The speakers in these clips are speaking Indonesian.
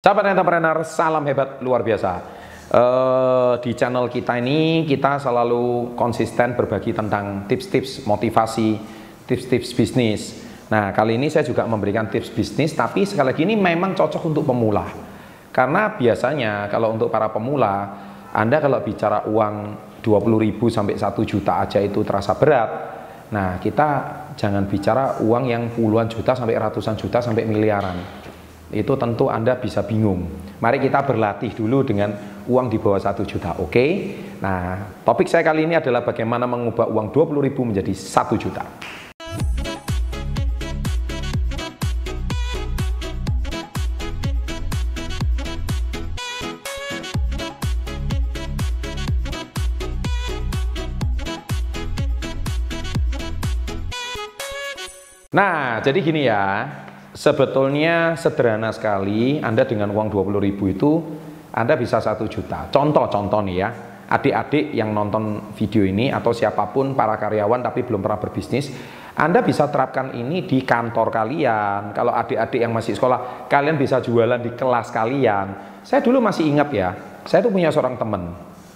Sahabat entrepreneur, salam hebat luar biasa. Di channel kita ini kita selalu konsisten berbagi tentang tips-tips motivasi, tips-tips bisnis. Nah, kali ini saya juga memberikan tips bisnis, tapi sekali lagi ini memang cocok untuk pemula. Karena biasanya kalau untuk para pemula, Anda kalau bicara uang 20.000 sampai 1 juta aja itu terasa berat. Nah, kita jangan bicara uang yang puluhan juta sampai ratusan juta sampai miliaran. Itu tentu Anda bisa bingung. Mari kita berlatih dulu dengan uang di bawah 1 juta, oke? Nah, topik saya kali ini adalah bagaimana mengubah uang 20.000 menjadi 1 juta. Nah, jadi gini ya. Sebetulnya sederhana sekali, Anda dengan uang 20.000 itu Anda bisa 1 juta. Contoh nih ya, adik-adik yang nonton video ini atau siapapun para karyawan tapi belum pernah berbisnis, Anda bisa terapkan ini di kantor kalian. Kalau adik-adik yang masih sekolah, kalian bisa jualan di kelas kalian. Saya dulu masih ingat ya, saya tuh punya seorang teman.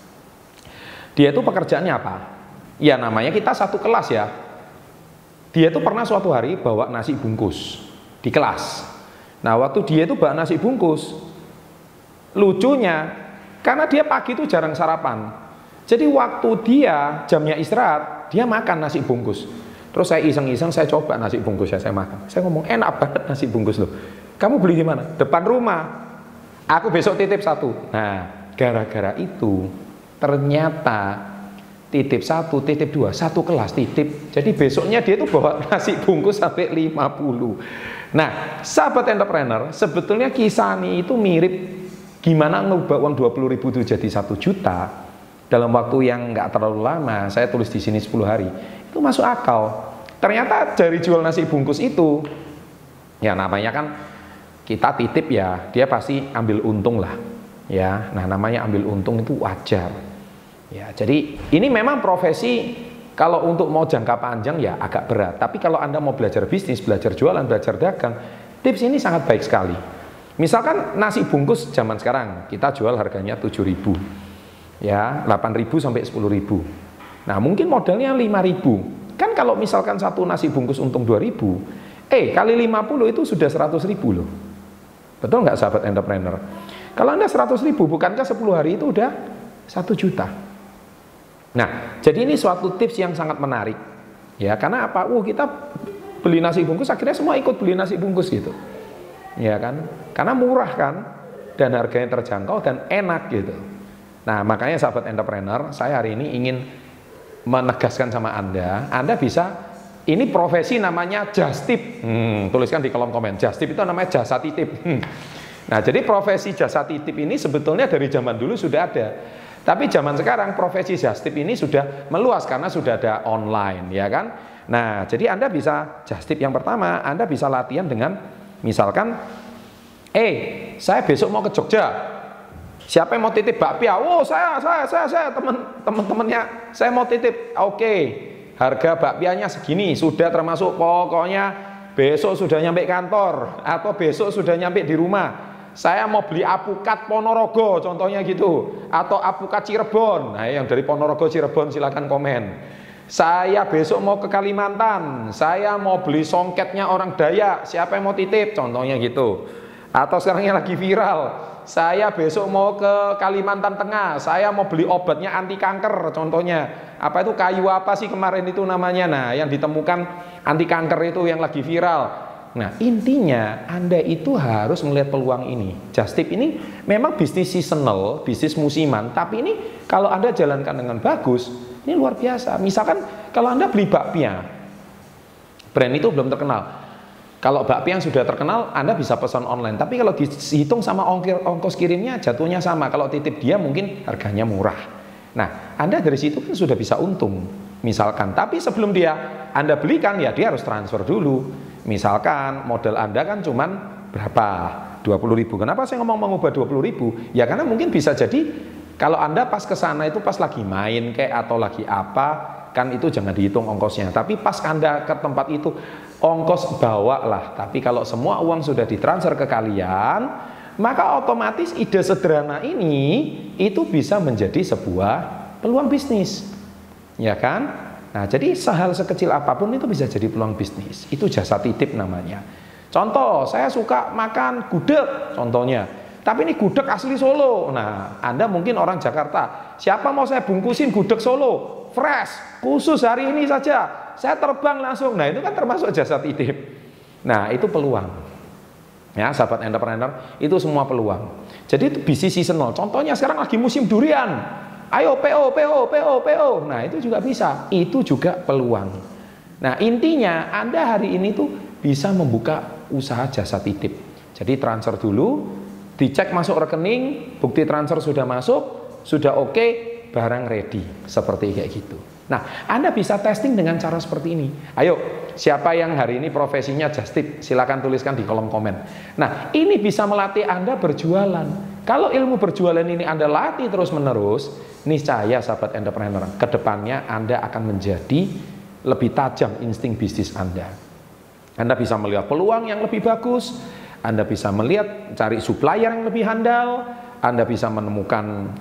Dia itu pekerjaannya apa? Ya namanya kita satu kelas ya. Dia tuh pernah suatu hari bawa nasi bungkus di kelas. Nah, waktu dia itu bawa nasi bungkus, lucunya karena dia pagi itu jarang sarapan, jadi waktu dia jamnya istirahat, dia makan nasi bungkus. Terus saya iseng-iseng, saya coba nasi bungkus ya, saya makan. Saya ngomong, enak banget nasi bungkus loh. Kamu beli di mana? Depan rumah. Aku besok titip 1. Nah, gara-gara itu ternyata titip 1, titip 2, 1 kelas titip. Jadi besoknya dia tuh bawa nasi bungkus sampai 50. Nah, sahabat entrepreneur, sebetulnya kisah ini itu mirip gimana ngubah uang 20.000 itu jadi 1 juta dalam waktu yang nggak terlalu lama. Saya tulis di sini 10 hari. Itu masuk akal. Ternyata dari jual nasi bungkus itu, ya namanya kan kita titip ya, dia pasti ambil untung lah. Ya, nah namanya ambil untung itu wajar. Ya, jadi ini memang profesi kalau untuk mau jangka panjang ya agak berat. Tapi kalau Anda mau belajar bisnis, belajar jualan, belajar dagang, tips ini sangat baik sekali. Misalkan nasi bungkus zaman sekarang kita jual harganya 7.000. Ya, 8.000 sampai 10.000. Nah, mungkin modalnya 5.000. Kan kalau misalkan satu nasi bungkus untung 2.000, kali 50 itu sudah 100.000 loh. Betul nggak sahabat entrepreneur? Kalau Anda 100.000, bukankah 10 hari itu udah 1 juta? Nah, jadi ini suatu tips yang sangat menarik. Ya, karena apa? Kita beli nasi bungkus, akhirnya semua ikut beli nasi bungkus gitu. Ya kan? Karena murah kan, dan harganya terjangkau dan enak gitu. Nah, makanya sahabat entrepreneur, saya hari ini ingin menegaskan sama Anda bisa, ini profesi namanya just tip. Tuliskan di kolom komen, just tip itu namanya jasa titip. Nah, jadi profesi jasa titip ini sebetulnya dari zaman dulu sudah ada. Tapi zaman sekarang profesi just tip ini sudah meluas karena sudah ada online, ya kan? Nah, jadi Anda bisa just tip yang pertama, Anda bisa latihan dengan misalkan, saya besok mau ke Jogja. Siapa yang mau titip bakpia? Oh, saya teman-temannya, saya mau titip. Oke, harga bakpianya segini, sudah termasuk pokoknya besok sudah nyampe kantor atau besok sudah nyampe di rumah. Saya mau beli apukat Ponorogo contohnya gitu, atau apukat Cirebon. Nah, yang dari Ponorogo Cirebon silakan komen. Saya besok mau ke Kalimantan, saya mau beli songketnya orang Dayak, siapa yang mau titip contohnya gitu. Atau sekarang yang lagi viral, saya besok mau ke Kalimantan Tengah, saya mau beli obatnya anti kanker contohnya. Apa itu kayu apa sih kemarin itu namanya? Nah, yang ditemukan anti kanker itu yang lagi viral. Nah, intinya Anda itu harus melihat peluang ini. Just tip ini memang bisnis seasonal, bisnis musiman, tapi ini kalau Anda jalankan dengan bagus, ini luar biasa. Misalkan kalau Anda beli bakpia, brand itu belum terkenal. Kalau bakpia yang sudah terkenal, Anda bisa pesan online. Tapi kalau dihitung sama ongkos kirimnya, jatuhnya sama. Kalau titip dia mungkin harganya murah. Nah, Anda dari situ kan sudah bisa untung. Misalkan, tapi sebelum Anda belikan, ya dia harus transfer dulu. Misalkan modal Anda kan cuman berapa? 20.000. Kenapa saya ngomong mengubah 20.000? Ya karena mungkin bisa jadi kalau Anda pas ke sana itu pas lagi main kayak atau lagi apa, kan itu jangan dihitung ongkosnya. Tapi pas Anda ke tempat itu ongkos bawa lah. Tapi kalau semua uang sudah ditransfer ke kalian, maka otomatis ide sederhana ini itu bisa menjadi sebuah peluang bisnis, ya kan? Nah, jadi hal sekecil apapun itu bisa jadi peluang bisnis. Itu jasa titip namanya. Contoh, saya suka makan gudeg, contohnya. Tapi ini gudeg asli Solo. Nah, Anda mungkin orang Jakarta. Siapa mau saya bungkusin gudeg Solo? Fresh, khusus hari ini saja. Saya terbang langsung. Nah, itu kan termasuk jasa titip. Nah, itu peluang. Ya, sahabat entrepreneur, itu semua peluang. Jadi itu bisnis seasonal. Contohnya sekarang lagi musim durian. Ayo PO. Nah, itu juga bisa. Itu juga peluang. Nah, intinya Anda hari ini tuh bisa membuka usaha jasa titip. Jadi transfer dulu, dicek masuk rekening, bukti transfer sudah masuk, sudah oke, barang ready. Seperti kayak gitu. Nah, Anda bisa testing dengan cara seperti ini. Ayo, siapa yang hari ini profesinya just tip? Silakan tuliskan di kolom komen. Nah, ini bisa melatih Anda berjualan. Kalau ilmu berjualan ini Anda latih terus-menerus, niscaya sahabat entrepreneur, kedepannya Anda akan menjadi lebih tajam insting bisnis Anda. Anda bisa melihat peluang yang lebih bagus, Anda bisa melihat cari supplier yang lebih handal, Anda bisa menemukan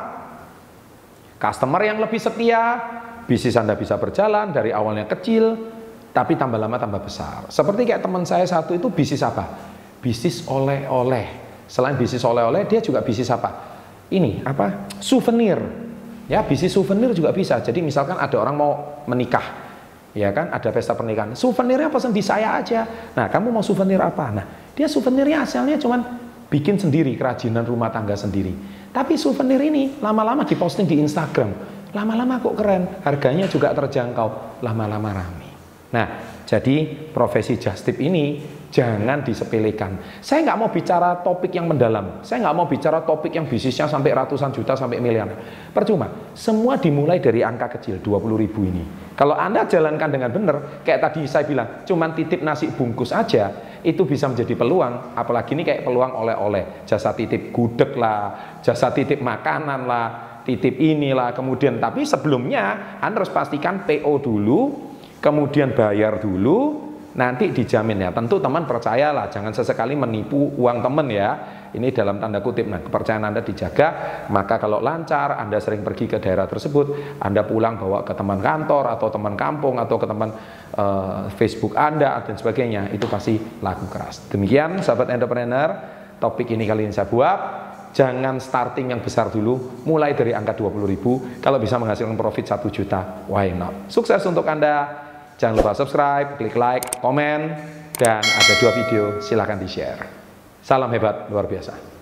customer yang lebih setia. Bisnis Anda bisa berjalan dari awalnya kecil, tapi tambah lama tambah besar. Seperti kayak teman saya satu itu bisnis apa? Bisnis oleh-oleh. Selain bisnis oleh-oleh, dia juga bisnis apa? Ini apa? Souvenir. Ya, bisnis souvenir juga bisa. Jadi misalkan ada orang mau menikah, ya kan? Ada pesta pernikahan. Souvenirnya pesan di saya aja. Nah, kamu mau souvenir apa? Nah, dia souvenirnya asalnya cuman bikin sendiri, kerajinan rumah tangga sendiri. Tapi souvenir ini lama-lama diposting di Instagram. Lama-lama kok keren, harganya juga terjangkau, lama-lama rame. Nah, jadi profesi just tip ini jangan disepelekan. Saya nggak mau bicara topik yang mendalam, saya nggak mau bicara topik yang bisnisnya sampai ratusan juta, sampai miliar. Percuma, semua dimulai dari angka kecil, 20.000 ini. Kalau Anda jalankan dengan benar, kayak tadi saya bilang, cuman titip nasi bungkus aja, itu bisa menjadi peluang. Apalagi ini kayak peluang oleh-oleh, jasa titip gudeg lah, jasa titip makanan lah, titip inilah, kemudian tapi sebelumnya Anda harus pastikan PO dulu, kemudian bayar dulu, nanti dijamin ya. Tentu teman percayalah, jangan sesekali menipu uang teman ya. Ini dalam tanda kutip. Nah, kepercayaan Anda dijaga, maka kalau lancar, Anda sering pergi ke daerah tersebut, Anda pulang bawa ke teman kantor atau teman kampung atau ke teman Facebook Anda dan sebagainya, itu pasti laku keras. Demikian sahabat entrepreneur, topik ini kali ini saya buat. Jangan starting yang besar dulu, mulai dari angka 20.000, kalau bisa menghasilkan profit 1 juta, why not? Sukses untuk Anda, jangan lupa subscribe, klik like, komen, dan ada 2 video, silahkan di-share. Salam hebat, luar biasa.